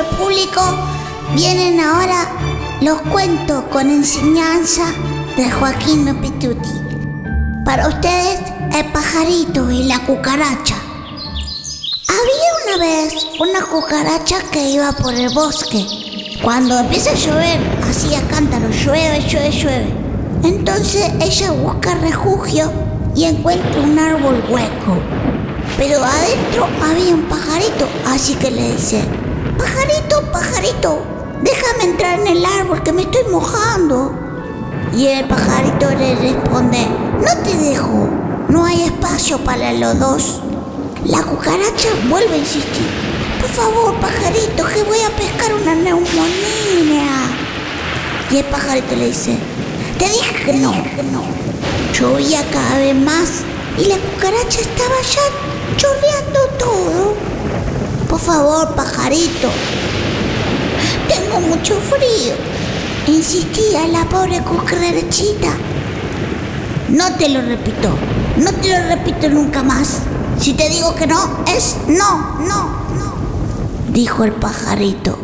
público, vienen ahora los cuentos con enseñanza de Joaquín Pituti. Para ustedes, el pajarito y la cucaracha. Había una vez una cucaracha que iba por el bosque. Cuando empieza a llover, hacía cántaro, llueve, llueve, llueve. Entonces ella busca refugio y encuentra un árbol hueco. Pero adentro había un pajarito, así que le dice: pajarito, pajarito, déjame entrar en el árbol que me estoy mojando. Y el pajarito le responde: no te dejo, no hay espacio para los dos. La cucaracha vuelve a insistir: por favor, pajarito, que voy a pescar una neumonía. Y el pajarito le dice: te dije que no. Llovía cada vez más y la cucaracha estaba ya chorreando todo. Por favor, pajarito, tengo mucho frío, insistía la pobre cucarachita. No te lo repito nunca más. Si te digo que no, es no, dijo el pajarito.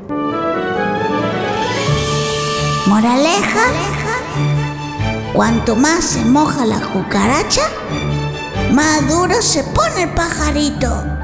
Moraleja: cuanto más se moja la cucaracha, más duro se pone el pajarito.